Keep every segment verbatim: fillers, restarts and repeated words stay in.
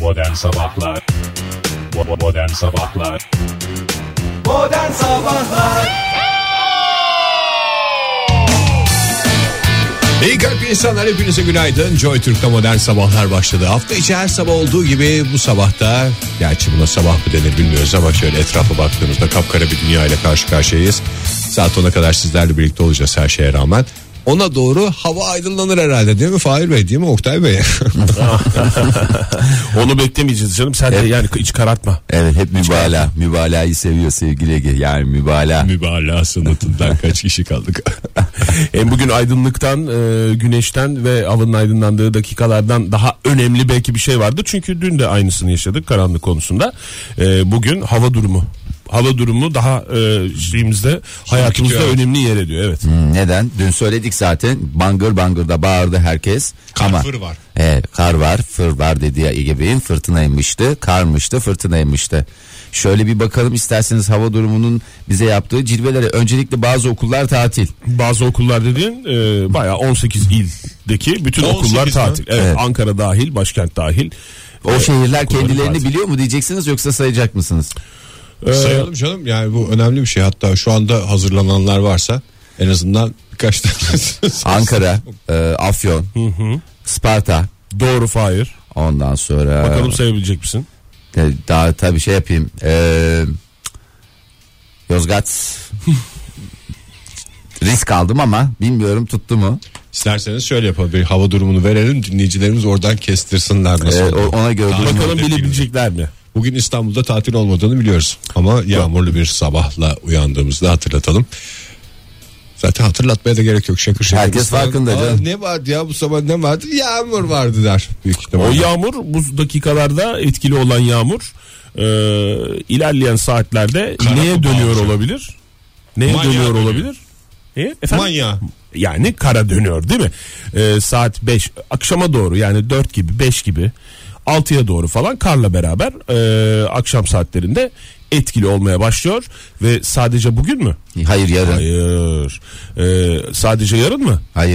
Modern Sabahlar Modern Sabahlar Modern Sabahlar İyi kalp insanlar, hepinize günaydın. Joy Türk'te Modern Sabahlar başladı. Hafta içi her sabah olduğu gibi bu sabahta, gerçi buna sabah mı denir bilmiyoruz ama şöyle etrafa baktığımızda kapkara bir dünya ile karşı karşıyayız. Saat ona kadar sizlerle birlikte olacağız her şeye rağmen. Ona doğru hava aydınlanır herhalde, değil mi Fahir Bey, değil mi Oktay Bey? Onu beklemeyeceğiz canım, sen evet. de yani hiç karartma. Evet, hep mübalağa. Mübalağayı seviyor sevgili Ege, yani mübalağa. Mübalağa sanatından kaç kişi kaldık? Hem bugün aydınlıktan, e, güneşten ve havanın aydınlandığı dakikalardan daha önemli belki bir şey vardı. Çünkü dün de aynısını yaşadık karanlık konusunda. E, bugün hava durumu. Hava durumu daha e, şeyimizde, hayatımızda Gidiyor. önemli yer ediyor. Evet. Hmm, neden? Dün söyledik zaten. Bangır bangır da bağırdı herkes. Kar, ama, fır var. Evet, kar var, fır var dedi ya Ege Bey'in. Fırtınaymıştı, karmıştı, fırtınaymıştı. Şöyle bir bakalım isterseniz hava durumunun bize yaptığı cilvelere. Öncelikle bazı okullar tatil. Bazı okullar dediğin e, bayağı on sekiz ildeki bütün on sekiz okullar mi? tatil. Evet, Evet. Ankara dahil, başkent dahil. O e, şehirler okulların kendilerini tatil. biliyor mu diyeceksiniz, yoksa sayacak mısınız? Ee, Sayalım canım, yani bu önemli bir şey. Hatta şu anda hazırlananlar varsa en azından birkaç tane. Ankara, e, Afyon, Sparta, Doğru Fahir. ondan sonra Bakalım sayabilecek misin? e, daha tabii şey yapayım. E, Yozgat. Risk aldım ama bilmiyorum tuttu mu. İsterseniz şöyle yapalım, bir hava durumunu verelim, dinleyicilerimiz oradan kestirsinler nasıl E, olduğunu. ona göre Tahmin durumu- Bakalım edelim. bilebilecekler mi? Bugün İstanbul'da tatil olmadığını biliyoruz ama yağmurlu bir sabahla uyandığımızda hatırlatalım. Zaten hatırlatmaya da gerek yok, şakır şakır. Herkes farkında Aa, canım. ne vardı ya bu sabah, ne vardı? Yağmur vardı der büyük O ihtimalle. yağmur, bu dakikalarda etkili olan yağmur e, ilerleyen saatlerde Kara neye mı dönüyor bağlı? olabilir? Neye Manyağa dönüyor dönüyor. olabilir? E, efendim? Manyağı. Yani kara dönüyor değil mi? E, saat beş akşama doğru, yani dört gibi, beş gibi, altıya doğru falan karla beraber e, akşam saatlerinde etkili olmaya başlıyor. Ve sadece bugün mü? Hayır, yarın. Hayır. E, sadece yarın mı? Hayır.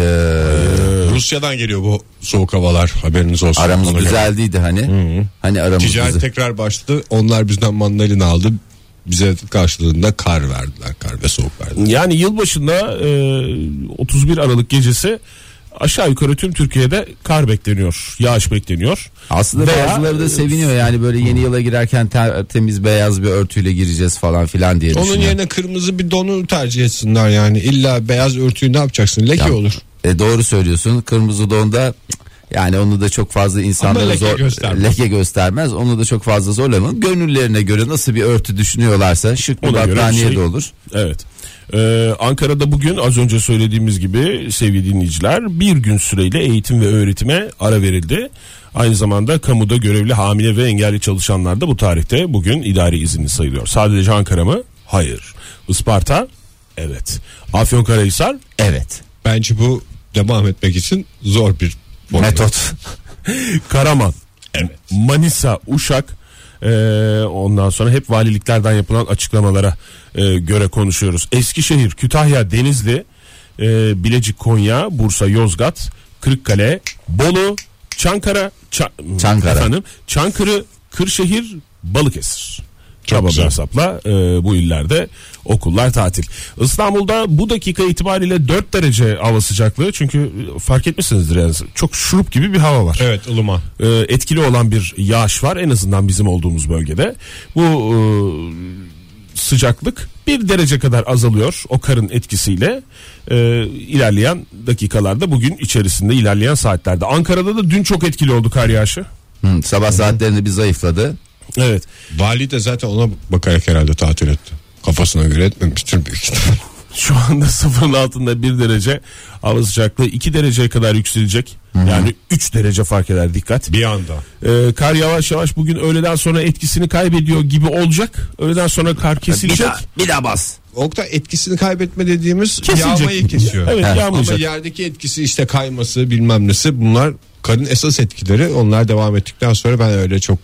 Rusya'dan geliyor bu soğuk havalar, haberiniz olsun. Aramız Ona göre. güzeldiydi hani. Hani aramız Ticaret güzel. tekrar başladı. Onlar bizden mandalina aldı. Bize karşılığında kar verdiler. Kar ve soğuk verdiler. Yani yılbaşında e, otuz bir Aralık gecesi aşağı yukarı tüm Türkiye'de kar bekleniyor, yağış bekleniyor. Aslında Veya- bazıları da seviniyor yani, böyle yeni yıla girerken te- temiz beyaz bir örtüyle gireceğiz falan filan diye Onun düşünüyor. yerine kırmızı bir donu tercih etsinler yani. İlla beyaz örtüyü ne yapacaksın? Leke Ya, olur. E, doğru söylüyorsun, kırmızı donda yani onu da çok fazla insanlara leke zor göstermez. leke göstermez. Onu da çok fazla zorlamayın. Gönüllerine göre nasıl bir örtü düşünüyorlarsa şık bir Ona göre bir battaniye şey- de olur. Evet. Ee, Ankara'da bugün az önce söylediğimiz gibi sevgili dinleyiciler, bir gün süreyle eğitim ve öğretime ara verildi. Aynı zamanda kamuda görevli hamile ve engelli çalışanlar da bu tarihte bugün idari izinli sayılıyor. Sadece Ankara mı? Hayır. Isparta? Evet. Afyonkarahisar? Evet. Bence bu devam etmek için zor bir formül. Metot. Karaman? Evet. Manisa, Uşak, Ee, ondan sonra hep valiliklerden yapılan açıklamalara e, göre konuşuyoruz. Eskişehir, Kütahya, Denizli, e, Bilecik, Konya, Bursa, Yozgat, Kırıkkale, Bolu, Çankara, Ça- Çankara. efendim, Çankırı, Kırşehir, Balıkesir. Çok Kaba bir güzel. hesapla e, bu illerde okullar tatil. İstanbul'da bu dakika itibariyle dört derece hava sıcaklığı, çünkü fark etmişsinizdir yani çok şurup gibi bir hava var. Evet, ılıman. E, etkili olan bir yağış var en azından bizim olduğumuz bölgede. Bu e, sıcaklık bir derece kadar azalıyor o karın etkisiyle e, ilerleyen dakikalarda, bugün içerisinde ilerleyen saatlerde. Ankara'da da dün çok etkili oldu kar yağışı. Hı, sabah saatlerinde bir zayıfladı. Evet. Vali de zaten ona bakarak herhalde tatil etti. Kafasına göre etmemiştir büyük ihtimal. Şu anda sıfırın altında bir derece hava sıcaklığı, iki dereceye kadar yükselecek. Hı-hı. Yani üç derece fark eder, dikkat. Bir anda. Ee, kar yavaş yavaş bugün öğleden sonra etkisini kaybediyor gibi olacak. Öğleden sonra kar kesilecek. Bir daha, bir daha bas. Oktay, etkisini kaybetme dediğimiz Kesilecek. yağmayı kesiyor. Evet, He. yağmayacak. Ama yerdeki etkisi, işte kayması bilmem nesi, bunlar karın esas etkileri. Onlar devam ettikten sonra ben öyle çok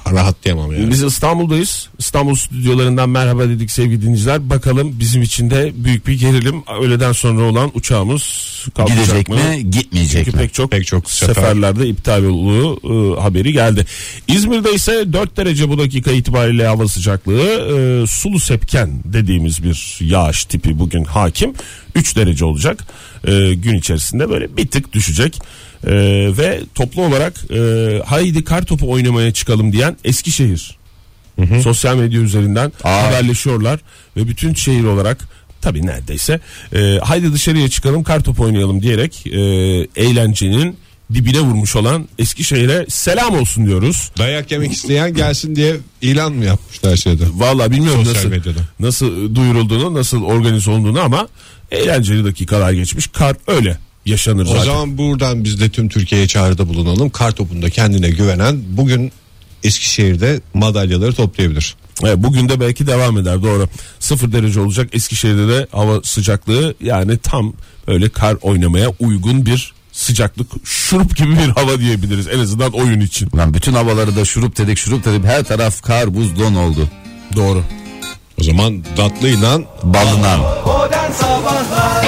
rahatlayamam yani. Biz İstanbul'dayız. İstanbul stüdyolarından merhaba dedik sevgili dinleyiciler. Bakalım bizim için de büyük bir gerilim. Öğleden sonra olan uçağımız kalkacak Gidecek mı? mi, gitmeyecek Çünkü mi? pek çok, Pek çok sefer. seferlerde iptal olduğu e, haberi geldi. İzmir'de ise dört derece bu dakika itibariyle hava sıcaklığı. E, sulu sepken dediğimiz bir yağış tipi bugün hakim. üç derece olacak. E, gün içerisinde böyle bir tık düşecek. Ee, ve toplu olarak e, haydi kar topu oynamaya çıkalım diyen Eskişehir hı hı. sosyal medya üzerinden Aa. haberleşiyorlar ve bütün şehir olarak tabii neredeyse e, haydi dışarıya çıkalım kar topu oynayalım diyerek e, eğlencenin dibine vurmuş olan Eskişehir'e selam olsun diyoruz. Dayak yemek isteyen gelsin diye ilan mı yapmışlar şeyde? Vallahi bilmiyorum sosyal nasıl medyada. nasıl duyurulduğunu, nasıl organize olduğunu ama eğlenceli dakikalar geçmiş. Kar öyle yaşanır zaten. O zaman buradan biz de tüm Türkiye'ye çağrıda bulunalım. Kar topunda kendine güvenen bugün Eskişehir'de madalyaları toplayabilir. Evet, bugün de belki devam eder, doğru. Sıfır derece olacak Eskişehir'de de hava sıcaklığı, yani tam öyle kar oynamaya uygun bir sıcaklık, şurup gibi bir hava diyebiliriz en azından oyun için. Lan bütün havaları da şurup dedik şurup dedik, her taraf kar buz don oldu. Doğru. O zaman tatlıyla balından. Modern Sabahlar.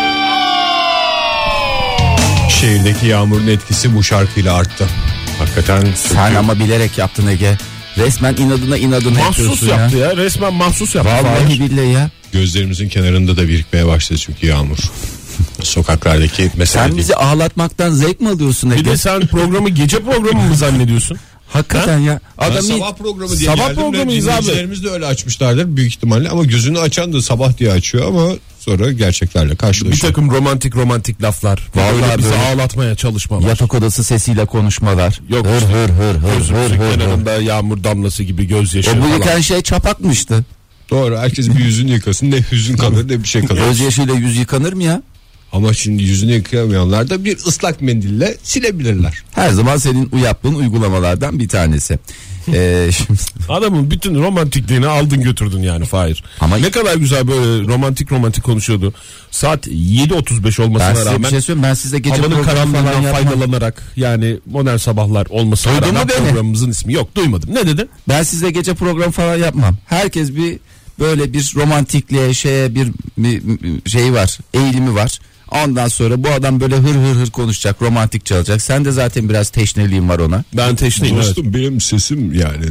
Şehirdeki yağmurun etkisi bu şarkıyla arttı. Hakikaten. Sen ama bilerek yaptın Ege. Resmen inadına inadına mahsus yapıyorsun yaptı ya. ya. Resmen mahsus yaptı. Vallahi billahi ya. Gözlerimizin kenarında da birikmeye başladı çünkü yağmur. Sokaklardaki mesela. Sen bizi ağlatmaktan zevk mi alıyorsun Ege? Bir de sen programı gece programı mı zannediyorsun? Hakikaten ya. Adam sabah programı diye sabah geldim programıyız de abi. dinleyicilerimiz de öyle açmışlardır büyük ihtimalle ama gözünü açan da sabah diye açıyor ama sonra gerçeklerle karşılaşıyor. Bir takım romantik romantik laflar. Vallahi Vallahi bizi böyle ağlatmaya çalışmalar. yatak odası sesiyle konuşmalar. Yok hır, işte. hır hır hır hır Gözümüzün hır hır. kenarında yağmur damlası gibi gözyaşı O bu falan. yıkan şey çapakmıştı. Doğru, herkes bir yüzünü yıkasın, ne hüzün kalır ne bir şey kalır. Gözyaşıyla yüz yıkanır mı ya? Ama şimdi yüzünü yıkayamayanlar da bir ıslak mendille silebilirler. Her zaman senin yaptığın uygulamalardan bir tanesi. Ee, şimdi... Adamın bütün romantikliğini aldın götürdün yani Fahir. Ama ne kadar güzel böyle romantik romantik konuşuyordu. Saat yedi otuz beş olmasına ben size rağmen bir şey söyleyeyim, ben size gece havanın programı falan karanlığından yapmam. faydalanarak, yani modern sabahlar olmasına Duydun rağmen mu beni? programımızın ismi yok, duymadım. Ne dedin? Ben size gece program falan yapmam. Herkes bir böyle bir romantikliğe şeye bir, bir, bir şey var, eğilimi var. Ondan sonra bu adam böyle hır hır hır konuşacak, romantik çalacak. Sen de zaten biraz teşneliğin var ona. Ben teşneyim, evet. Dostum benim sesim yani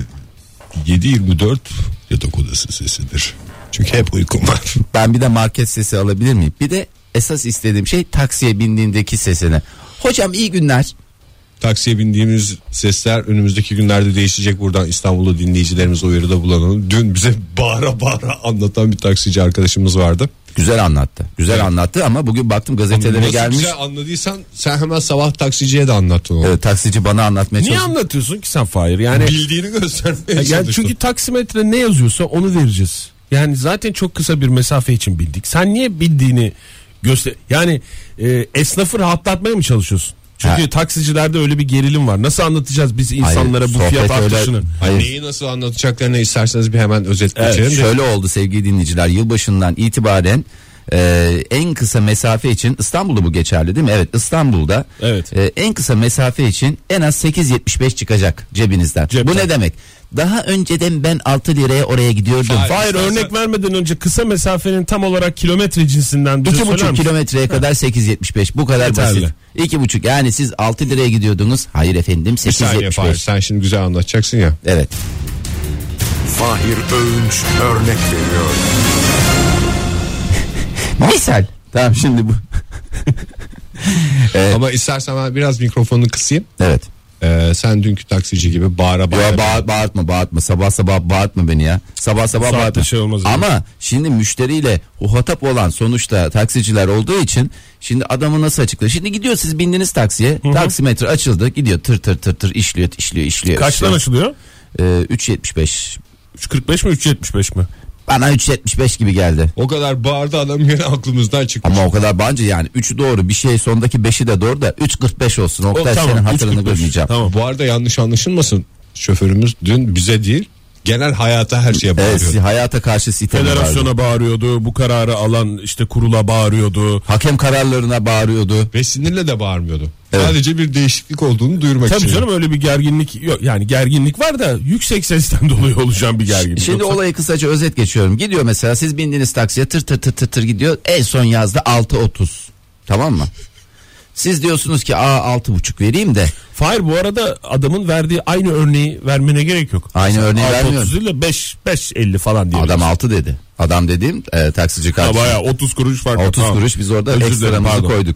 yedi yirmi dört yatak odası sesidir. Çünkü hep uykum var. Ben bir de market sesi alabilir miyim? Bir de esas istediğim şey taksiye bindiğindeki sesini. Hocam iyi günler. Taksiye bindiğimiz sesler önümüzdeki günlerde değişecek. Buradan İstanbul'da dinleyicilerimiz uyarıda bulunalım. Dün bize bağıra bağıra anlatan bir taksici arkadaşımız vardı. Güzel anlattı. Güzel evet. anlattı ama bugün baktım gazetelere Nasıl gelmiş. güzel anladıysan sen hemen sabah taksiciye de anlattın onu. Evet, taksici bana anlatmaya Niye çalıştı. anlatıyorsun ki sen Fahir? Yani bildiğini göstermeye yani çalıştın. çünkü taksimetre ne yazıyorsa onu vereceğiz. Yani zaten çok kısa bir mesafe için bildik. Sen niye bildiğini göster? Yani e, esnafı rahatlatmaya mı çalışıyorsun? Çünkü ha. taksicilerde öyle bir gerilim var. Nasıl anlatacağız biz insanlara hayır, bu fiyat artışını? Hayır. Neyi nasıl anlatacaklarını isterseniz bir hemen özetleyeceğim. Evet, şöyle oldu sevgili dinleyiciler. Yılbaşından itibaren e, en kısa mesafe için, İstanbul'da bu geçerli değil mi? Evet, İstanbul'da evet. E, en kısa mesafe için en az sekiz yetmiş beş çıkacak cebinizden. Cepten. Bu ne demek? Daha önceden ben altı liraya oraya gidiyordum. Hayır, Hayır örnek vermeden önce kısa mesafenin tam olarak kilometre cinsinden iki buçuk kilometreye kadar sekiz yetmiş beş, bu kadar yeterli. Basit. iki buçuk yani siz altı liraya gidiyordunuz. Hayır efendim sekiz yetmiş beş. Sen şimdi güzel anlatacaksın ya. Evet. Fahir Öğünç örnek veriyor. Misal. Tamam şimdi bu. evet. Ama istersen ben biraz mikrofonunu kısayım. Evet. Ee, sen dünkü taksici gibi bağıra bağıra. Ya bağır, bağırtma bağırtma sabah sabah bağırtma beni ya. Sabah sabah bağırtma. Şey olmaz ama yani. Şimdi müşteriyle muhatap olan sonuçta taksiciler olduğu için şimdi adamı nasıl açıklar? Şimdi gidiyor, siz bindiniz taksiye. Hı-hı. Taksimetre açıldı, gidiyor tır tır tır tır işliyor işliyor işliyor. Kaçtan açılıyor? Ee, üç yetmiş beş. üç kırk beş mi üç yetmiş beş mi? Bana üç yetmiş beş gibi geldi. O kadar bağırdı adam, yine aklımızdan çıkmış. Ama o kadar bağırınca yani üçü doğru, bir şey sondaki beşi de doğru da üç kırk beş olsun. O, o tamam, senin hatırını görmeyeceğim. Tamam. Bu arada yanlış anlaşılmasın. Şoförümüz dün bize değil Genel hayata her şeye bağırıyor. Evet, hayata karşı sitem vardı. Federasyona bağırıyordu. Bu kararı alan işte kurula bağırıyordu. Hakem kararlarına bağırıyordu. Ve sinirle de bağırmıyordu. Evet. Sadece bir değişiklik olduğunu duyurmak Tabii için. canım, öyle bir gerginlik yok. Yani gerginlik var da yüksek sesten dolayı oluşan bir gerginlik. Şimdi Yoksa... olayı kısaca özet geçiyorum. Gidiyor mesela, siz bindiniz taksiye, tır tır tır tır tır gidiyor. En son yazdı altı otuz. Tamam mı? Siz diyorsunuz ki aa altı buçuk vereyim de. Hayır, bu arada adamın verdiği aynı örneği vermene gerek yok. Aynı örneği vermiyorum. altı otuz ile beş beş elli falan diye. Adam altı dedi. Adam dediğim e, taksici kardeşim. Bayağı otuz kuruş fark. otuz Tamam. kuruş biz orada Özür dilerim, ekstramızı pardon. koyduk.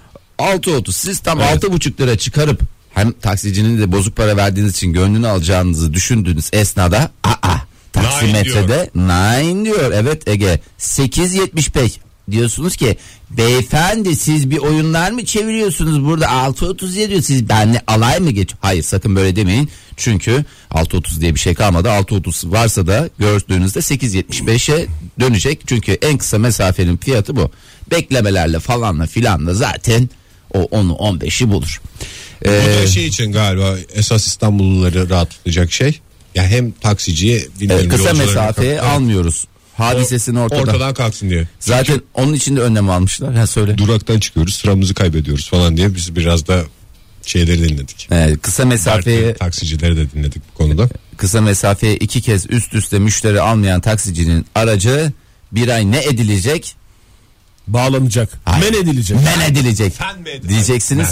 altı otuz siz tam Evet. altı buçuk lira çıkarıp hem taksicinin de bozuk para verdiğiniz için gönlünü alacağınızı düşündüğünüz esnada aa taksimetrede nine diyor. Evet Ege, sekiz yetmiş beş diyorsunuz ki beyefendi siz bir oyunlar mı çeviriyorsunuz burada, altı otuz diyor, siz benle alay mı geç? Hayır, sakın böyle demeyin. Çünkü altı otuz diye bir şey kalmadı. altı otuz varsa da gördüğünüzde sekiz yetmiş beşe dönecek. Çünkü en kısa mesafenin fiyatı bu. Beklemelerle falanla filanla zaten o onu on beşi bulur. Bu Ee, da şey için galiba esas İstanbulluları rahatlatacak şey. Ya hem taksiciye evet, kısa yolcuları- mesafeye Evet. almıyoruz. Hadisesini ortada. Ortadan kalksın diye. Zaten onun için de önlem almışlar. Ha söyle. Duraktan çıkıyoruz, sıramızı kaybediyoruz falan diye biz biraz da şeyleri dinledik. Ee, kısa mesafeye Belki taksicileri de dinledik bu konuda. kısa mesafeye iki kez üst üste müşteri almayan taksicinin aracı bir ay ne edilecek? Bağlanacak. Hayır. Men edilecek. Men edilecek. Fen mi edilecek? Diyeceksiniz.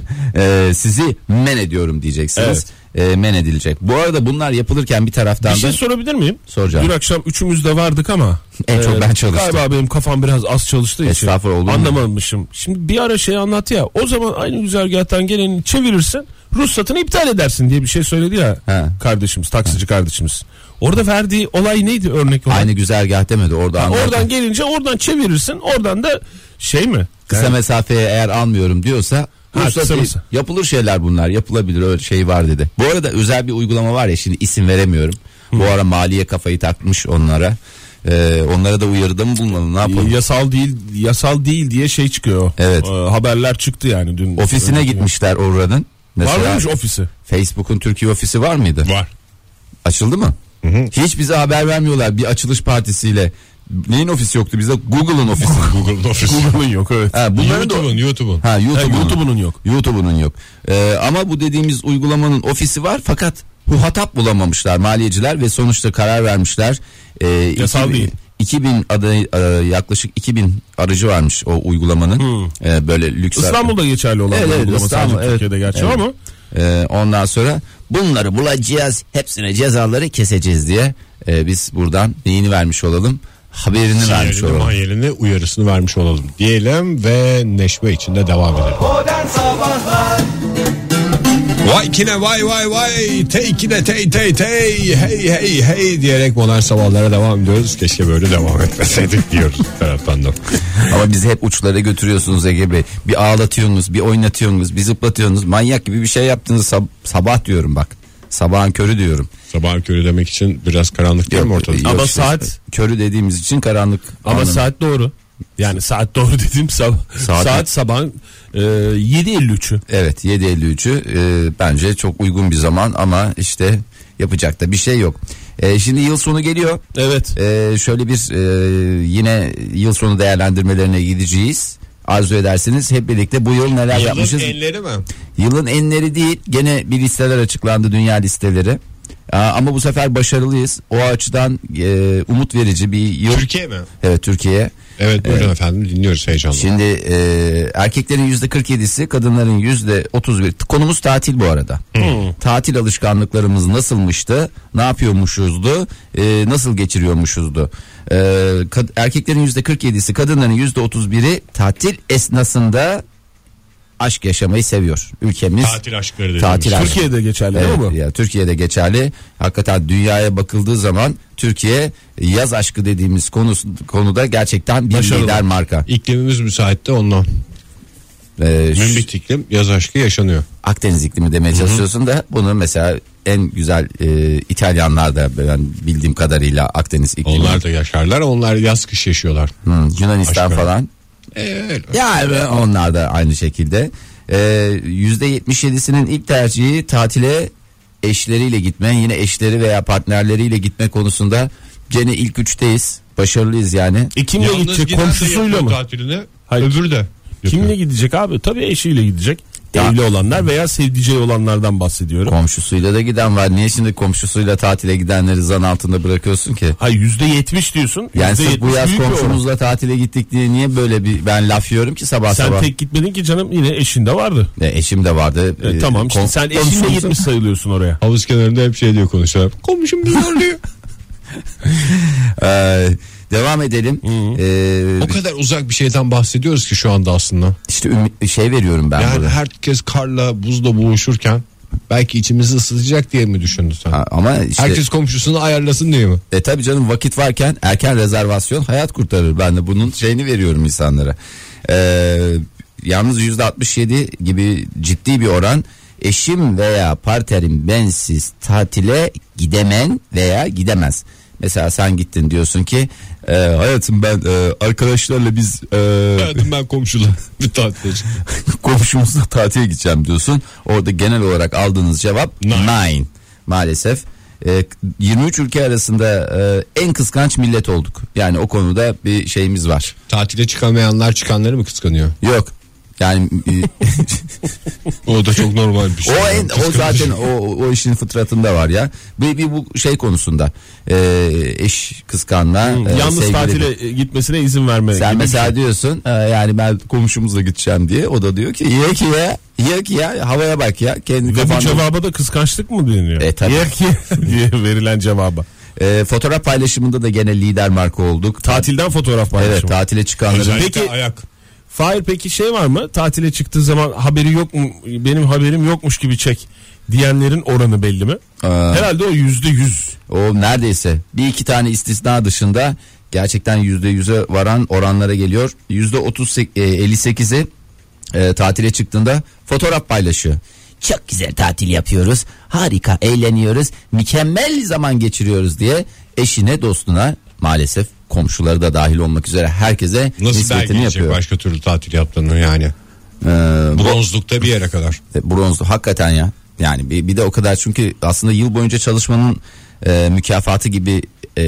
Ee, sizi men ediyorum diyeceksiniz. Ee, men edilecek. Bu arada bunlar yapılırken bir taraftan Bir şey da sorabilir miyim? Soracağım. Dün akşam üçümüz de vardık ama En çok ben çalıştım. Galiba benim kafam biraz az çalıştığı için Estağfurullah, olur mu? anlamamışım. Şimdi bir ara şey anlattı ya, o zaman aynı güzergahtan geleni çevirirsin, ruhsatını iptal edersin diye bir şey söyledi ya He. kardeşimiz, taksici kardeşimiz. Orada verdiği olay neydi örnek olarak? aynı güzergah demedi orada. Ha, anlattı. oradan gelince oradan çevirirsin, oradan da şey mi? Kısa Yani- mesafeye eğer almıyorum diyorsa Ha, ruhsat kısa değil. mesafe. Yapılır şeyler bunlar, yapılabilir, öyle şey var dedi. Bu arada özel bir uygulama var ya, şimdi isim veremiyorum. Bu ara maliye kafayı takmış onlara. Ee, onlara da uyarıda mı bulunalım, ne yapalım? Yasal değil, yasal değil diye şey çıkıyor. Evet. Ee, haberler çıktı yani dün. Ofisine Öyle- gitmişler oranın. Var Mesela mıymış ofisi? Facebook'un Türkiye ofisi var mıydı? Var. Açıldı mı? Hiç bize haber vermiyorlar bir açılış partisiyle. Neyin ofisi yoktu bize? Google'ın ofisi. Google'ın ofisi. Google'ın yok, evet. Ha, bunların da- YouTube'un, YouTube'un. Ha, YouTube'un, Ha, YouTube'unun yok. YouTube'un yok. Ee, ama bu dediğimiz uygulamanın ofisi var fakat muhatap bulamamışlar maliyeciler ve sonuçta karar vermişler. Ee, Yasal iki bin değil. iki bin adı, e, yaklaşık iki bin aracı varmış o uygulamanın. Hmm. Ee, böyle lüks. İstanbul'da geçerli olan Evet, bir evet, uygulama, İstanbul, sadece evet. Türkiye'de gerçi Evet. ama Ee, ondan sonra bunları bulacağız, hepsine cezaları keseceğiz diye e, biz buradan neyini vermiş olalım, haberini vermiş Sinyalini, olalım. manyelini, uyarısını vermiş olalım diyelim ve neşve içinde devam edelim. Modern Sabahlar Vay kine vay vay vay, tey kine tey tey tey, hey hey hey diyerek modern sabahlara devam ediyoruz. Keşke böyle devam etmeseydik diyoruz taraftan da. Ama bizi hep uçlara götürüyorsunuz Ege Bey. Bir ağlatıyorsunuz, bir oynatıyorsunuz, bir zıplatıyorsunuz. Manyak gibi bir şey yaptınız sab- sabah diyorum bak. Sabahın körü diyorum. Sabahın körü demek için biraz karanlık değil mi Yok, ortada? yok Ama işte, saat- körü dediğimiz için karanlık. ama anlamı. saat doğru. Yani saat doğru dediğim sabah. Saat- Saat, sabahın e, yedi elli üçü. Evet, yedi elli üçü e, bence çok uygun bir zaman ama işte yapacak da bir şey yok. E, şimdi yıl sonu geliyor. Evet. E, şöyle bir e, yine yıl sonu değerlendirmelerine gideceğiz. Arzu edersiniz hep birlikte bu yıl neler Yılın yapmışız. enleri mi? Yılın enleri değil, gene bir listeler açıklandı, dünya listeleri. Aa, ama bu sefer başarılıyız. O açıdan e, umut verici bir yıl. Türkiye mi? Evet, Türkiye. Evet buyurun efendim, dinliyoruz heyecanla. Şimdi e, erkeklerin yüzde kırk yedisi, kadınların yüzde otuz bir. Konumuz tatil bu arada. Tatil alışkanlıklarımız nasılmıştı? Ne yapıyormuşuzdu? E, nasıl geçiriyormuşuzdu? E, kad- erkeklerin yüzde kırk yedisi, kadınların yüzde otuz biri tatil esnasında aşk yaşamayı seviyor. Ülkemiz Tatil aşkları dediğimiz. Tatil aşkı. Türkiye'de geçerli Evet, değil mi bu? ya Türkiye'de geçerli. Hakikaten dünyaya bakıldığı zaman Türkiye yaz aşkı dediğimiz konu konuda gerçekten bir Başarılı. lider marka. İklimimiz müsait de ondan. Ee, şu- Mümbit iklim, yaz aşkı yaşanıyor. Akdeniz iklimi demeye çalışıyorsun da bunu mesela en güzel e, İtalyanlar da ben bildiğim kadarıyla Akdeniz iklimi. Onlar da yaşarlar, onlar yaz kış yaşıyorlar. Hı, Yunanistan Aşk falan. Evet. Yani onlar da aynı şekilde. Ee, yüzde yetmiş yedisinin ilk tercihi tatile eşleriyle gitme, yine eşleri veya partnerleriyle gitme konusunda gene ilk üçteyiz. Başarılıyız yani. E kimle Yalnız gidecek? giden de Komşusuyla yapıyor mı? Tatilini, Hayır. öbürü de. Kimle gidecek abi? Tabii eşiyle gidecek. Ya. Evli olanlar veya sevdiceği olanlardan bahsediyorum. Komşusuyla da giden var. Niye şimdi komşusuyla tatile gidenleri zan altında bırakıyorsun ki? Hayır yüzde yetmiş diyorsun. Yani yüzde sırf bu yetmiş yaz büyük bir oran. komşumuzla tatile gittik diye niye böyle bir ben laf yiyorum ki sabah Sen sabah. tek gitmedin ki canım, yine eşin de vardı. E, eşim de vardı. E, E, tamam işte kom- sen eşinle komşumuzla- gitmiş sayılıyorsun oraya. Havuz kenarında hep şey diyor konuşuyorlar. Komşum bizi zorluyor. Ee, devam edelim. Ee, O kadar uzak bir şeyden bahsediyoruz ki şu anda aslında. işte ümit, şey veriyorum ben Yani burada. herkes karla buzla boğuşurken belki içimizi ısıtacak diye mi düşündün sen? Ha, ama işte Herkes komşusunu ayarlasın diye mi? e tabii canım, vakit varken erken rezervasyon hayat kurtarır. Ben de bunun şeyini veriyorum insanlara. Ee, yalnız yüzde altmış yedi gibi ciddi bir oran eşim veya partnerim bensiz tatile gidemen veya gidemez. Mesela sen gittin, diyorsun ki e, hayatım ben e, arkadaşlarla biz e, Hayatım ben komşuyla bir tatile çıktım. komşumuzla tatile gideceğim diyorsun. Orada genel olarak aldığınız cevap Nine. nine. Maalesef e, yirmi üç ülke arasında e, en kıskanç millet olduk. Yani o konuda bir şeyimiz var. Tatile çıkamayanlar çıkanları mı kıskanıyor? Yok. Yani e, O da çok normal bir şey. o en, o zaten o, o işin fıtratında var ya. Bir, bir bu şey konusunda e, eş kıskanma. e, Yalnız sevgili- tatile gitmesine izin verme. Sen gibi mesela bir şey. diyorsun e, yani ben komşumuzla gideceğim diye, o da diyor ki ye ki ya ye ki ya havaya bak ya kendi Ve bu kafanda. cevaba da kıskançlık mı deniyor? E, tabii. Yer ki diye verilen cevaba. E, fotoğraf paylaşımında da gene lider marka olduk. Tatilden fotoğraf paylaşımı. Evet, tatile çıkanların. Özellikle Peki- ayak. Fahir peki şey var mı? Tatile çıktığı zaman haberi yok mu? Benim haberim yokmuş gibi çek diyenlerin oranı belli mi? Ee, Herhalde o yüzde yüz. O neredeyse bir iki tane istisna dışında gerçekten yüzde yüze varan oranlara geliyor. Yüzde otuz elli sekizi e, tatile çıktığında fotoğraf paylaşıyor. Çok güzel tatil yapıyoruz, harika eğleniyoruz, mükemmel zaman geçiriyoruz diye eşine, dostuna, maalesef komşuları da dahil olmak üzere herkese Nasıl nispetini belgeleyecek yapıyor. başka türlü tatil yaptığını yani. Ee, Bronzlukta bir yere kadar. E, bronzlu hakikaten ya. Yani bir, bir de o kadar, çünkü aslında yıl boyunca çalışmanın e, mükafatı gibi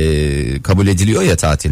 e, kabul ediliyor ya tatil.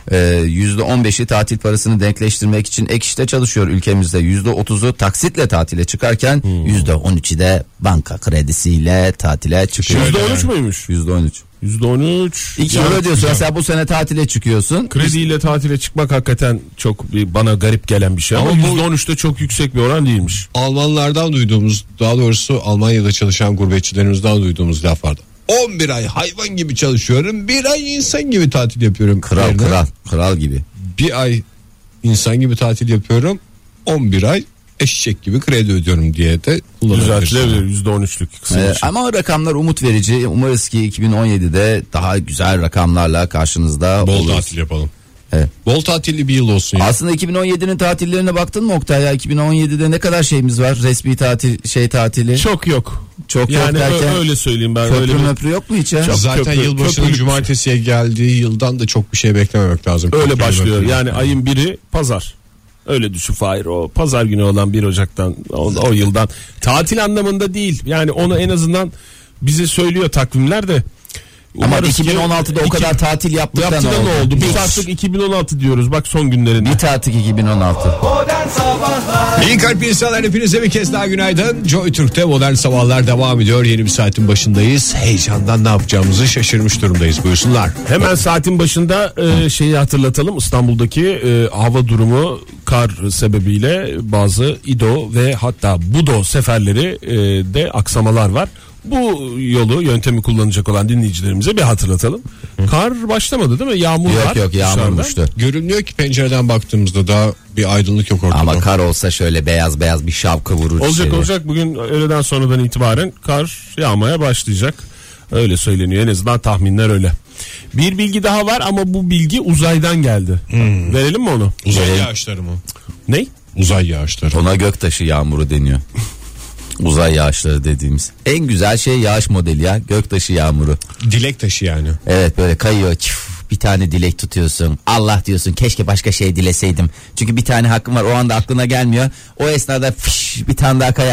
Yüzde on beşi tatil parasını denkleştirmek için ek işte çalışıyor ülkemizde. Yüzde otuzu taksitle tatile çıkarken yüzde on üçü de banka kredisiyle tatile çıkıyor. Yüzde on yani. üç müymüş? Yüzde on üç. Yüzde on üç. İki yıl ödüyorsun. Mesela bu sene tatile çıkıyorsun. Krediyle tatile çıkmak hakikaten çok bir, bana garip gelen bir şey ama, Ama bu- yüzde on üçte çok yüksek bir oran değilmiş. Almanlardan duyduğumuz, daha doğrusu Almanya'da çalışan gurbetçilerimizden duyduğumuz laf vardı. on bir ay hayvan gibi çalışıyorum, bir ay insan gibi tatil yapıyorum. Kral Yerine kral kral gibi. Bir ay insan gibi tatil yapıyorum, on bir ay eşek gibi kredi ödüyorum diye de kullanabilirsiniz. Düzeltilebilir yüzde on üçlük kısım Ee, için. ama o rakamlar umut verici. Umarız ki iki bin on yedide daha güzel rakamlarla karşınızda Bol oluruz. tatil yapalım. Evet. Bol tatilli bir yıl olsun ya. Aslında iki bin on yedinin tatillerine baktın mı Oktay ya? iki bin on yedide ne kadar şeyimiz var? Resmi tatil, şey tatili. Çok yok. Çok yok Yani derken ö- öyle söyleyeyim ben. köprü öyle bir- möprü yok mu hiç ya? Çok Zaten köprü- yılbaşının köprülük- cumartesiye geldiği yıldan da çok bir şey beklememek lazım. Öyle Köprülü başlıyor. möprülü. Yani ayın biri pazar. Öyle düşün Fahir. O pazar günü olan bir Ocak'tan o, o yıldan. Tatil anlamında değil. Yani onu en azından bize söylüyor takvimler de. Ama Umarız iki bin on altıda ki- o kadar tatil yaptık da yaptı ne da oldu? ne oldu? Biz Hiç. artık iki bin on altı diyoruz bak son günlerinde. Bir tatil iki bin on altı. Modern Sabahlar İyi kalp insanlar, hepinize bir kez daha günaydın. Joy Türk'te modern sabahlar devam ediyor. Yeni bir saatin başındayız. Heyecandan ne yapacağımızı şaşırmış durumdayız. Buyursunlar. Hemen saatin başında e, şeyi hatırlatalım. İstanbul'daki e, hava durumu kar sebebiyle bazı İDO ve hatta BUDO seferleri e, de aksamalar var. Bu yolu yöntemi kullanacak olan dinleyicilerimize bir hatırlatalım. Kar başlamadı değil mi? Yağmur var. Yok yok dışarıda. yağmurmuştu. Görünüyor ki pencereden baktığımızda daha bir aydınlık yok ortada. Ama kar olsa şöyle beyaz beyaz bir şapka vurur. Olacak içeri. olacak bugün öğleden sonradan itibaren kar yağmaya başlayacak. Öyle söyleniyor, en azından tahminler öyle. Bir bilgi daha var ama bu bilgi uzaydan geldi. Verelim mi onu? Uzay yağışları mı? Ne? Uzay yağışları. Ona göktaşı yağmuru deniyor. Uzay yağışları dediğimiz. En güzel şey yağış modeli ya. Göktaşı yağmuru. Dilek taşı yani. Evet, böyle kayıyor. Çuf, bir tane dilek tutuyorsun. Allah diyorsun, keşke başka şey dileseydim. Çünkü bir tane hakkım var, o anda aklına gelmiyor. O esnada fiş, bir tane daha kaya.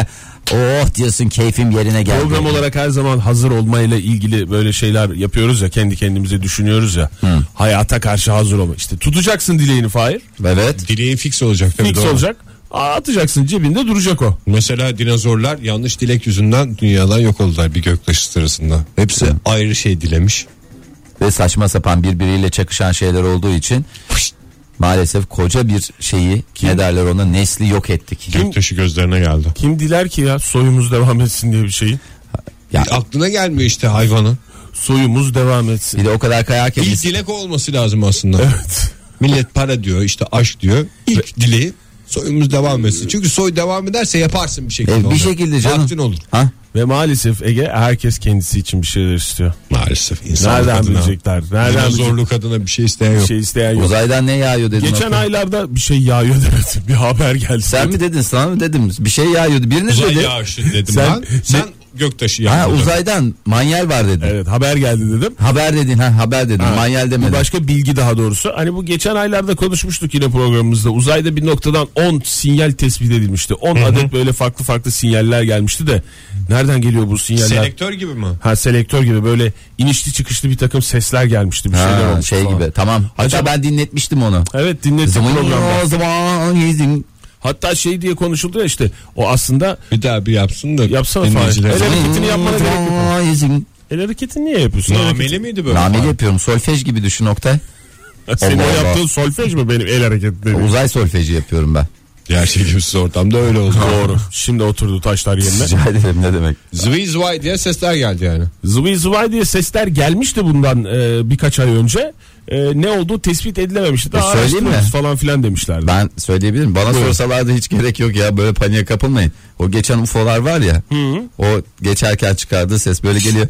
Oh diyorsun, keyfim yerine geldi. Program olarak her zaman hazır olmayla ilgili böyle şeyler yapıyoruz ya, kendi kendimize düşünüyoruz ya. Hı. Hayata karşı hazır olma. İşte tutacaksın dileğini Fahir. Evet. Dileğin fix olacak tabii. Fix doğru. olacak. Atacaksın, cebinde duracak o. Mesela dinozorlar yanlış dilek yüzünden dünyadan yok oldular bir göktaşı sırasında. Hepsi Hı. ayrı şey dilemiş. Ve saçma sapan birbiriyle çakışan şeyler olduğu için maalesef koca bir şeyi, kim? Ne derler ona, nesli yok ettik. Kim? Göktaşı gözlerine geldi. Kim diler ki ya soyumuz devam etsin diye bir şeyi? Ya, aklına gelmiyor işte hayvanın. Soyumuz devam etsin. Bir de o kadar kayarken. İlk dilek olması lazım aslında. Evet. Millet para diyor, işte aşk diyor. İlk dileği soyumuz devam etsin. Çünkü soy devam ederse yaparsın bir şekilde. E, bir şekilde canım. Vaktin olur. Ha? Ve maalesef Ege, herkes kendisi için bir şeyler istiyor. Maalesef. İnsanlık nereden adına, bilecekler? Nereden zorluk adına bir şey isteyen yok. Bir şey isteyen yok. Uzaydan ne yağıyor dedin? Geçen Oktay. aylarda bir şey yağıyor dedi. Bir haber geldi. Sen mi dedin, sana mı dedim? Bir şey yağıyordu. Biriniz Uzay dedi. yağışı dedim Sen- ben. Sen göktaşı Ha, yağıyor. uzaydan manyel var dedin. Evet, haber geldi dedim. Haber dedin, ha haber dedin. Ha, Manyel bu demedin. başka bilgi daha doğrusu. Hani bu geçen aylarda konuşmuştuk yine programımızda. Uzayda bir noktadan on sinyal tespit edilmişti. on adet böyle farklı farklı sinyaller gelmişti de nereden geliyor bu sinyaller? Selektör gibi mi? Ha, selektör gibi böyle inişli çıkışlı bir takım sesler gelmişti, bir şeyler Ha, olmuş şey falan. gibi. Tamam. Hatta Acaba- ben dinletmiştim onu. Evet, dinlettik Zaman programda. o zaman izin. Hatta şey diye konuşuldu ya, işte o aslında Bir daha bir yapsın da. yapsana Fahir. dinleyiciler- El hareketini yapmana gerek yok. Zaman izin. El hareketini niye yapıyorsun? El Nameli hareketi- miydi böyle? Nameli yapıyorum. Solfej gibi düşün Oktay. Senin Allah o Allah. yaptığın solfej mi benim el hareketlerim? Uzay solfeji yapıyorum ben. Gerçek gibisiz ortamda öyle oldu. Doğru. Şimdi oturdu taşlar yerine. Rica ederim, ne demek. Zıvı zıvay diye sesler geldi yani. Zıvı zıvay diye sesler gelmişti bundan e, birkaç ay önce. E, ne olduğu tespit edilememişti. Daha E, söyleyeyim araştırıyoruz mi? falan filan demişlerdi. Ben söyleyebilirim. Bana Buyurun. sorsalardı hiç gerek yok ya, böyle paniğe kapılmayın. O geçen U F O'lar var ya. Hı-hı. O geçerken çıkardığı ses böyle geliyor.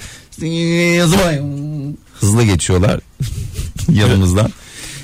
Hızlı geçiyorlar yanımızdan.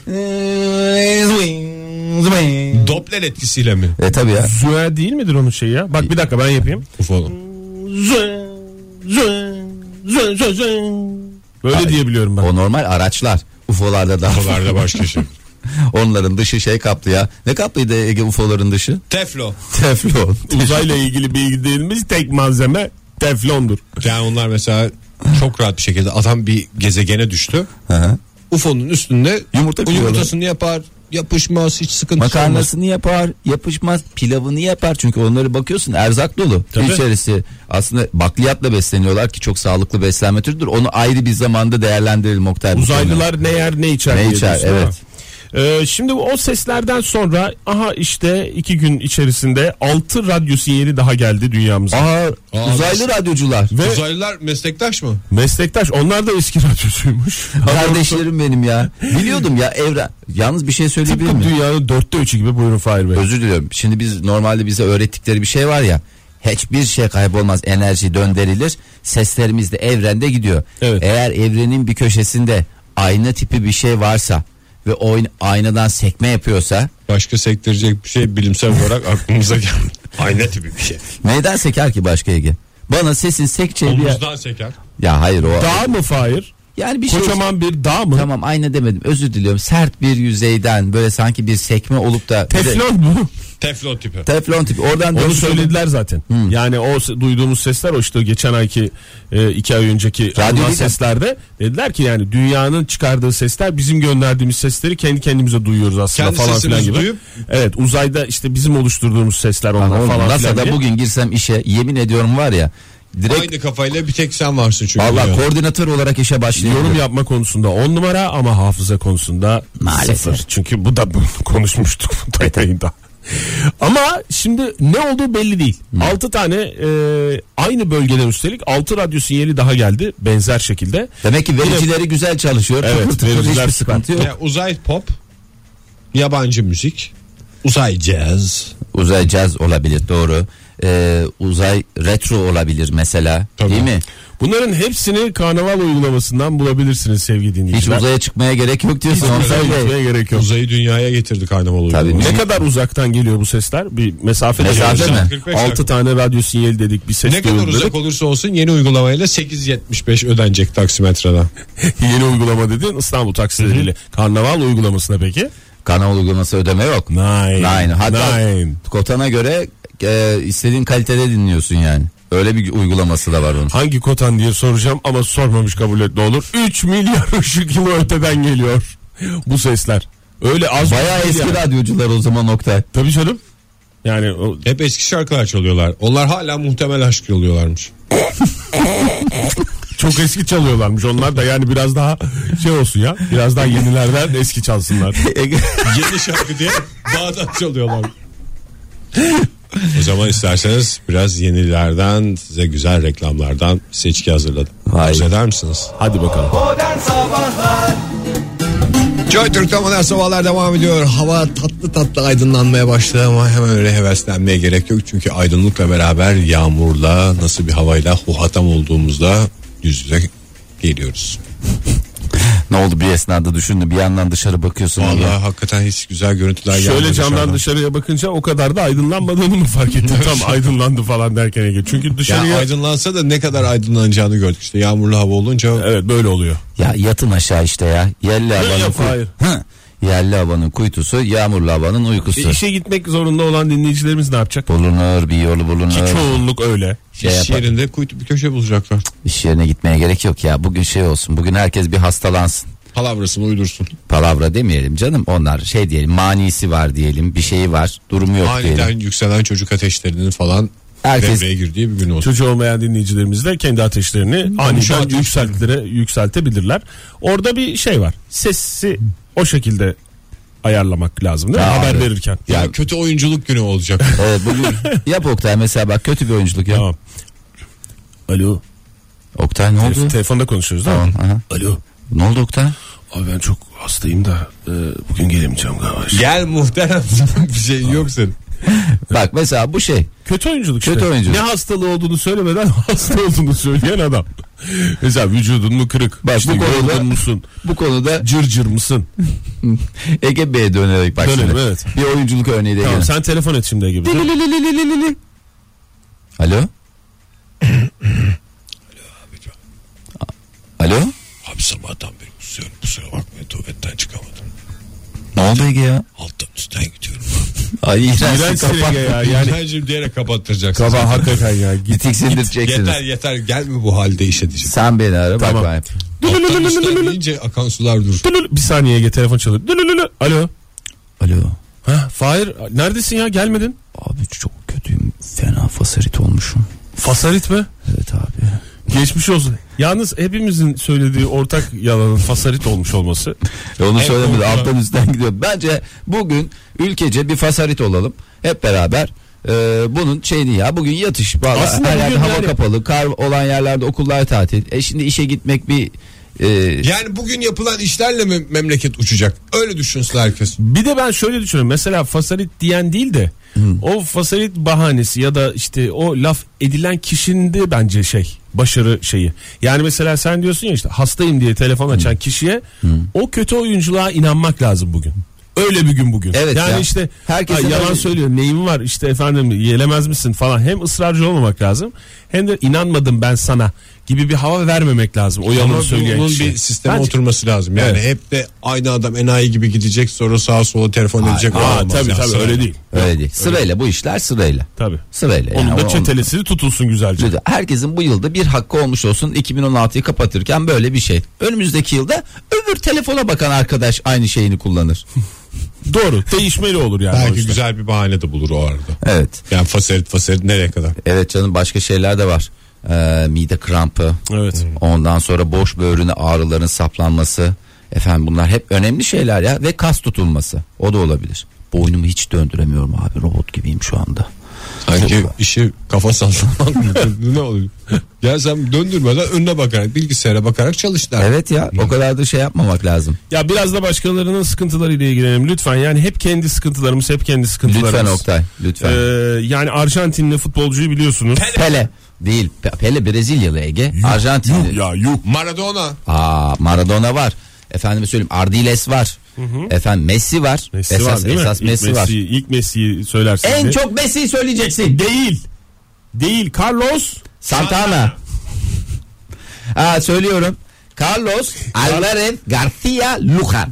Doppler etkisiyle mi? E tabi ya. Züe değil midir onun şeyi ya? Bak bir dakika, ben yapayım. Ufalım. Züe, züe, züe, züe, züe. Böyle Ay, diyebiliyorum ben. O normal araçlar. U F O'larda da. Ufolarda başka şey. Onların dışı şey kaplı ya. Ne kaplıydı Ege U F O'ların dışı? Teflon. Teflon. Uzayla ilgili bildiğimiz tek malzeme teflondur. Yani onlar mesela çok rahat bir şekilde adam bir gezegene düştü. Hı hı. U F O'nun üstünde Yumurta kırıyorlar. yumurtasını yapar, yapışmaz, hiç sıkıntı olmaz. Makarnasını yapar, yapışmaz, pilavını yapar. Çünkü onları bakıyorsun erzak dolu. Tabii. İçerisi aslında bakliyatla besleniyorlar ki çok sağlıklı beslenme türüdür. Onu ayrı bir zamanda değerlendirelim Oktay. bu konuyu. Uzaylılar ne yer ne içer. Ne diye içer, diyorsun, evet. ha? Ee, şimdi o seslerden sonra aha işte iki gün içerisinde altı radyo sinyali daha geldi dünyamıza. Aha, Aa, uzaylı radyocular. Ve Uzaylılar meslektaş mı? meslektaş, onlar da eski radyocuymuş. Kardeşlerim benim ya. Biliyordum ya evren. Yalnız bir şey söyleyebilir Tıpkı miyim? dünyanın dörtte üçü gibi. Buyurun Fahir Bey. Özür diliyorum. Şimdi biz normalde bize öğrettikleri bir şey var ya. Hiçbir şey kaybolmaz, enerji döndürülür. Seslerimiz de evrende gidiyor. Evet. Eğer evrenin bir köşesinde ayna tipi bir şey varsa ve o aynadan sekme yapıyorsa, Başka sektirecek bir şey bilimsel olarak aklımıza geldi. Ayna tipi bir şey. neyden seker ki başka Ege? Bana sesin sekçeği bir yer. Omuzdan seker. Ya hayır o. Dağ mı Fahir? Yani bir şey. Kocaman bir dağ mı? Tamam, ayna demedim, özür diliyorum. Sert bir yüzeyden böyle sanki bir sekme olup da. Teflon mu? Teflon tipi. Teflon tipi. Oradan Onu dönüş- söylediler zaten. Yani o s- duyduğumuz sesler, o işte geçen ayki e, iki ay önceki Radyo alınan değil mi? seslerde dediler ki yani dünyanın çıkardığı sesler bizim gönderdiğimiz sesleri kendi kendimize duyuyoruz aslında Kendi falan filan sesimizi gibi. duyup- Evet, uzayda işte bizim oluşturduğumuz sesler onlar Lan oğlum, falan filan NASA'da diye. bugün girsem işe, yemin ediyorum var ya, direkt Aynı kafayla bir tek sen varsın çünkü. vallahi ya. koordinatör olarak işe başlıyorum. Yorum yapma konusunda on numara ama hafıza konusunda Maalesef. sıfır. Çünkü bu da bunu konuşmuştuk bu da yayında. Ama şimdi ne olduğu belli değil. altı tane e, aynı bölgeden üstelik altı radyo sinyali daha geldi benzer şekilde. Demek ki vericileri güzel çalışıyor. Evet, Tıkır tıkır, vericiler hiçbir sıkıntı yok. Ya uzay pop, yabancı müzik, uzay jazz. Uzay caz olabilir, doğru. Ee, uzay retro olabilir mesela. Tabii. Değil mi? Bunların hepsini Karnaval uygulamasından bulabilirsiniz sevgili Hiç dinleyiciler. uzaya çıkmaya gerek yok diyorsun. Hiç Oktay uzaya Bey. gitmeye gerek yok. Uzayı dünyaya getirdi Karnaval Tabii. uygulaması. Ne kadar uzaktan geliyor bu sesler? Bir mesafe de Mesafe geliyor. mi? kırk beş altı dakika. tane radyo sinyali dedik, bir ses Ne kadar duyuruları. uzak olursa olsun yeni uygulamayla sekiz yetmiş beş ödenecek taksimetreden. Yeni uygulama dedin İstanbul taksileriyle. Karnaval uygulamasına peki? Kanal uygulaması ödeme yok. Nine. Nine. Hatta Nine. Kotan'a göre e, istediğin kalitede dinliyorsun yani. Öyle bir uygulaması da var onun. Hangi kotan diye soracağım ama sormamış, kabul et ne olur. üç milyar ışık yılı öteden geliyor bu sesler. Öyle az. Bayağı eski yani. Radyocular o zaman Oktay. Tabii canım. Yani o... hep eski şarkılar çalıyorlar. Onlar hala muhtemel aşk yolluyorlarmış. Çok eski çalıyorlarmış onlar da, yani biraz daha şey olsun ya. Biraz daha yenilerden eski çalsınlar. Yeni şarkı diye bağdat çalıyorlar. O zaman isterseniz biraz yenilerden, size güzel reklamlardan seçki hazırladım. Arzu eder misiniz? Hadi bakalım. Modern Sabahlar. Joy Türk'te Modern Sabahlar devam ediyor. Hava tatlı tatlı aydınlanmaya başladı ama hemen öyle heveslenmeye gerek yok. Çünkü aydınlıkla beraber yağmurla, nasıl bir havayla huhatam olduğumuzda yüz yüze geliyoruz. Ne oldu bir esnada düşündü, bir yandan dışarı bakıyorsun. Vallahi ya. hakikaten hiç güzel görüntüler geldi. Şöyle camdan dışarıdan. Dışarıya bakınca o kadar da aydınlanmadığını mı fark ettin? Tam aydınlandı falan derken Ege. Çünkü dışarıya... Ya aydınlansa da ne kadar aydınlanacağını gördük işte, yağmurlu hava olunca. Evet, böyle oluyor. Ya yatın aşağı işte ya. Yerli havanın hayır. Hı. Yerli havanın kuytusu, yağmurlu havanın uykusu. E, işe gitmek zorunda olan dinleyicilerimiz ne yapacak? Bulunur, bir yolu bulunur. Ki çoğunluk öyle. Şey İş yerinde kuytu bir köşe bulacaklar. İş yerine gitmeye gerek yok ya. Bugün şey olsun. Bugün herkes bir hastalansın. Palavrasını uydursun. Palavra demeyelim canım. Onlar şey diyelim, manisi var diyelim. Bir şeyi var, durumu yok Aniden diyelim. yükselen çocuk ateşlerinin falan Herkes... devreye girdiği bir gün olsun. Çocuğu olmayan dinleyicilerimiz de kendi ateşlerini aniden yükseltilere yükseltebilirler. Orada bir şey var. Sesi o şekilde ayarlamak lazım değil mi? Ya Haber abi. verirken. Ya yani kötü oyunculuk günü olacak. Evet, bugün yap Oktay mesela, bak kötü bir oyunculuk ya. Tamam. Alo. Oktay ne oldu? Telef- telefonda konuşuyoruz değil Tamam, mi? aha. Alo. Ne oldu Oktay? Abi ben çok hastayım da e, bugün gelemeyeceğim galiba. Gel muhterem, bir şey yok senin. Bak mesela bu şey. Kötü oyunculuk işte. Kötü oyunculuk. Ne hastalığı olduğunu söylemeden hasta olduğunu söyleyen adam. Mesela vücudun mu kırık? Bak, işte bu konuda- yorgun musun? Bu konuda Cırcır mısın? Ege Bey'e dönerek bak Dönelim, şimdi. evet. Bir oyunculuk örneği de Tamam, gelin. sen telefon et şimdi gibi. Alo? Alo? Abi sabahtan beri kusuyorum, kusura bakmayın, tuvaletten çıkamadım. Ne oldu Ege ya? Alttan üstten gidiyorum. Ay İğrenç iğrenç kapat. ya. Yani Yani diyerek kapattıracaksın. kaba hakikaten ya. Git. Tiksindireceksiniz. Yeter yeter, gelme bu halde iş edeceğim. Sen beni ara Tamam. bak ben. Alttan üstten deyince akan sular durur. Bir saniye Ege, telefon çalıyor. Alo. Alo. Ha, Fahir neredesin ya, gelmedin? Abi çok kötüyüm. Fena fasarit olmuşum. Fasarit mi? Evet abi. Geçmiş olsun. Yalnız hepimizin söylediği ortak yalanın fasarit olmuş olması. E onu Evet, söylemedi, doğru. alttan üstten gidiyor. Bence bugün ülkece bir fasarit olalım. Hep beraber e, bunun şeyini ya. Bugün yatış. Vallahi Aslında her yerde bugün hava yani- kapalı. Kar olan yerlerde okullar tatil. E şimdi işe gitmek bir... E, Yani bugün yapılan işlerle mi memleket uçacak? Öyle düşünsün herkes. Bir de ben şöyle düşünüyorum. Mesela fasarit diyen değil de hmm. o fasarit bahanesi ya da işte o laf edilen kişinin de bence şey, başarı şeyi. Yani mesela sen diyorsun ya işte hastayım diye telefon açan hmm. kişiye hmm. o kötü oyunculuğa inanmak lazım bugün. Öyle bir gün bugün. Evet yani ya. işte Herkesin yalan öyle... söylüyor. Neyim var işte efendim, gelemez misin falan. Hem ısrarcı olmamak lazım hem de inanmadım ben sana gibi bir hava vermemek lazım. O yalanı söyleyen bunun kişiye. bir sisteme Bence... oturması lazım. Yani Evet. hep de aynı adam enayi gibi gidecek, sonra sağa sola telefon Aa, edecek. Aa, olmaz tabii ya, tabii sırayla. öyle değil. Öyle değil. Sırayla bu işler sırayla. Tabii. Sırayla. Onun yani. da O- çetelesi tutulsun güzelce. Herkesin bu yılda bir hakkı olmuş olsun. iki bin on altıyı kapatırken böyle bir şey. Önümüzdeki yılda öbür telefona bakan arkadaş aynı şeyini kullanır. Doğru. Değişmeli olur yani. o Belki yüzden. güzel bir bahane de bulur o arada. Evet. Yani fasarit fasarit nereye kadar? Evet canım, başka şeyler de var. Ee, mide krampı. Evet. Ondan sonra boş böğrüne ağrıların saplanması. Efendim bunlar hep önemli şeyler ya. Ve kas tutulması. O da olabilir. Boynumu hiç döndüremiyorum abi. Robot gibiyim şu anda. Sanki Çok- işi kafa sallamak mı? Ne oluyor? Ya sen döndürmeden önüne bakarak, bilgisayara bakarak çalış der. Evet ya, o kadar da şey yapmamak lazım. Ya biraz da başkalarının sıkıntılarıyla ilgilenelim lütfen. Yani hep kendi sıkıntılarımız, hep kendi sıkıntılarımız. Lütfen Oktay, lütfen. Ee, yani Arjantinli futbolcuyu biliyorsunuz. Pele değil. Pe- Pele Brezilyalı Ege. Arjantinli. Ya yuh. Maradona. Aa, Maradona var. Efendime söyleyeyim, Ardiles var. Efendim Messi var. Messi esas var değil esas mi? İlk Messi var. Messi'yi, ilk Messi'yi söylersin. En diye. çok Messi'yi söyleyeceksin. Değil. Değil. Carlos Santana. Aa, söylüyorum. Carlos Alvarez García Lujan.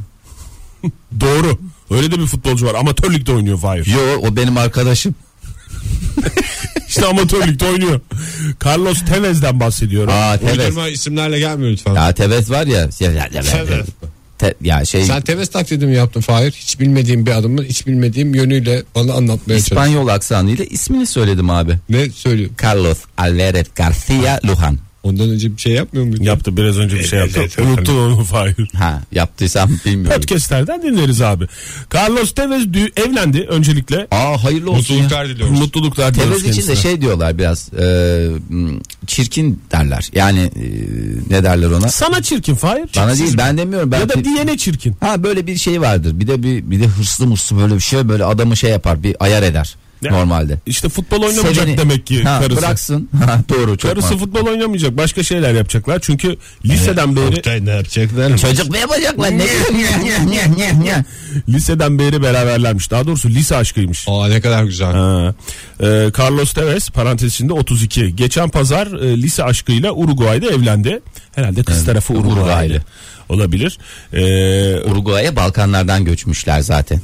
Doğru. Öyle de bir futbolcu var. Amatör ligde oynuyor Fahir. Yo, o benim arkadaşım. İşte amatör ligde oynuyor. Carlos Tevez'den bahsediyorum. Aa Tevez. Uydurma isimlerle gelmiyor lütfen. Ya Tevez var ya. Ya, ya, ya, Tevez. Te, ya şey Sen Tevez taklidi mi yaptın Fahir? Hiç bilmediğim bir adamı hiç bilmediğim yönüyle bana anlatmaya çalış. İspanyol aksanıyla ismini söyledim abi. Ne söylüyor? Carlos Alvarez Garcia Lujan. Ondan önce bir şey yapmıyor muydun? Yaptı biraz önce bir şey Evet, yaptı. evet, Unuttun onu Fahir. Ha yaptıysam bilmiyorum. Podcastlerden dinleriz abi. Carlos Tevez dü- evlendi öncelikle. Aa hayırlı olsun ya. Mutluluklar diliyoruz. Mutluluklar diliyoruz Tevez için de kendisine. şey diyorlar biraz e, çirkin derler. Yani e, ne derler ona? Sana çirkin Fahir. Bana Çirkin. değil ben demiyorum. Ben Ya da diyene çirkin. Ha böyle bir şey vardır. Bir de bir bir de hırslı murslu böyle bir şey böyle adamı şey yapar. Bir ayar eder Ya, normalde. İşte futbol oynamayacak Seveni- demek ki ha, karısı. bıraksın. Ha, doğru çok Karısı mantıklı. futbol oynamayacak. Başka şeyler yapacaklar. Çünkü liseden beri Oktay ne yapacaklar? Çocuk mu yapacaklar? Ne? liseden beri beraberlermiş. Daha doğrusu lise aşkıymış. Aa ne kadar güzel. Ha. Ee, Carlos Tevez parantez içinde otuz iki. Geçen pazar e, lise aşkıyla Uruguay'da evlendi. Herhalde kız Evet, tarafı Uruguaylı. Uruguaylı. Olabilir. Ee, Uruguay'a Balkanlardan göçmüşler zaten.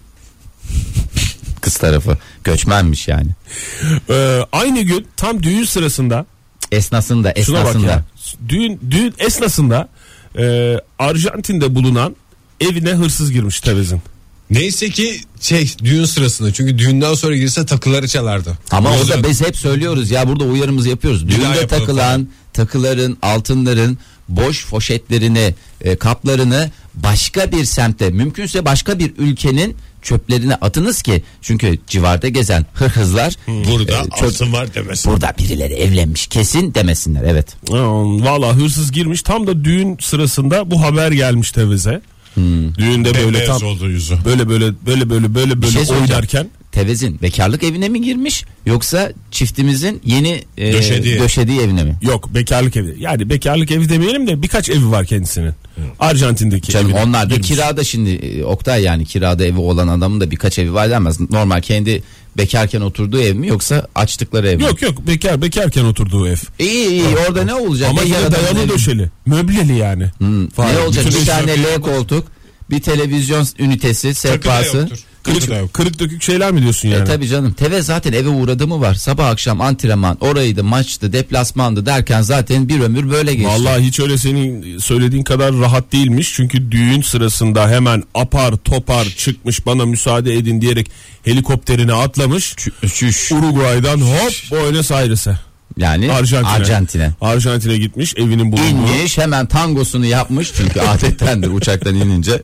Kız tarafı göçmenmiş yani. e, aynı gün tam düğün sırasında Esnasında şuna bak esnasında. ya. Düğün, düğün esnasında e, Arjantin'de bulunan evine hırsız girmiş Tevez'in. Neyse ki şey düğün sırasında çünkü düğünden sonra girse takıları çalardı. Ama O orada yüzden- biz hep söylüyoruz ya burada uyarımızı yapıyoruz. daha Düğünde yapalım takılan takıların, altınların boş foşetlerini, e, kaplarını başka bir semte, mümkünse başka bir ülkenin çöplerine atınız ki çünkü civarda gezen hırhızlar burada e, çöp- altın var demesin. burada birileri evlenmiş kesin demesinler. Evet. Valla hırsız girmiş tam da düğün sırasında bu haber gelmiş Tevez'e. Düğünde böyle Bembeyaz tam oldu yüzü. böyle böyle böyle böyle böyle böyle şey söyleyeceğim. oynarken Tevez'in bekarlık evine mi girmiş yoksa çiftimizin yeni e, Döşediği. döşediği evine mi? yok bekarlık evi. Yani bekarlık evi demeyelim de birkaç evi var kendisinin. Arjantin'deki Canım evine onlar da girmiş. kirada şimdi e, Oktay yani kirada evi olan adamın da birkaç evi var denmez. Normal kendi bekarken oturduğu ev mi yoksa açtıkları ev mi? Yok yok bekar bekarken oturduğu ev. İyi iyi orada ne olacak? Ama Bekar yine adamın dayalı evi. döşeli. Möbleli yani. Hmm, Falan. ne olacak? Bütün Bir tane eşya- L koltuk, bir televizyon ünitesi, Takı da sehpası. yoktur. Takı da Kırık, yok. kırık dökük şeyler mi diyorsun yani? E tabi canım. Teve zaten eve uğradı mı var. Sabah akşam antrenman, oraydı, maçtı, deplasmandı derken zaten bir ömür böyle geçti. Vallahi hiç öyle senin söylediğin kadar rahat değilmiş. Çünkü düğün sırasında hemen apar topar çıkmış bana müsaade edin diyerek helikopterine atlamış. Çüş. Uruguay'dan hop Buenos Aires'e. Yani Arjantin'e. Arjantin'e. Arjantin'e gitmiş evinin bulunduğu. İnmiş hemen tangosunu yapmış çünkü adettendir uçaktan inince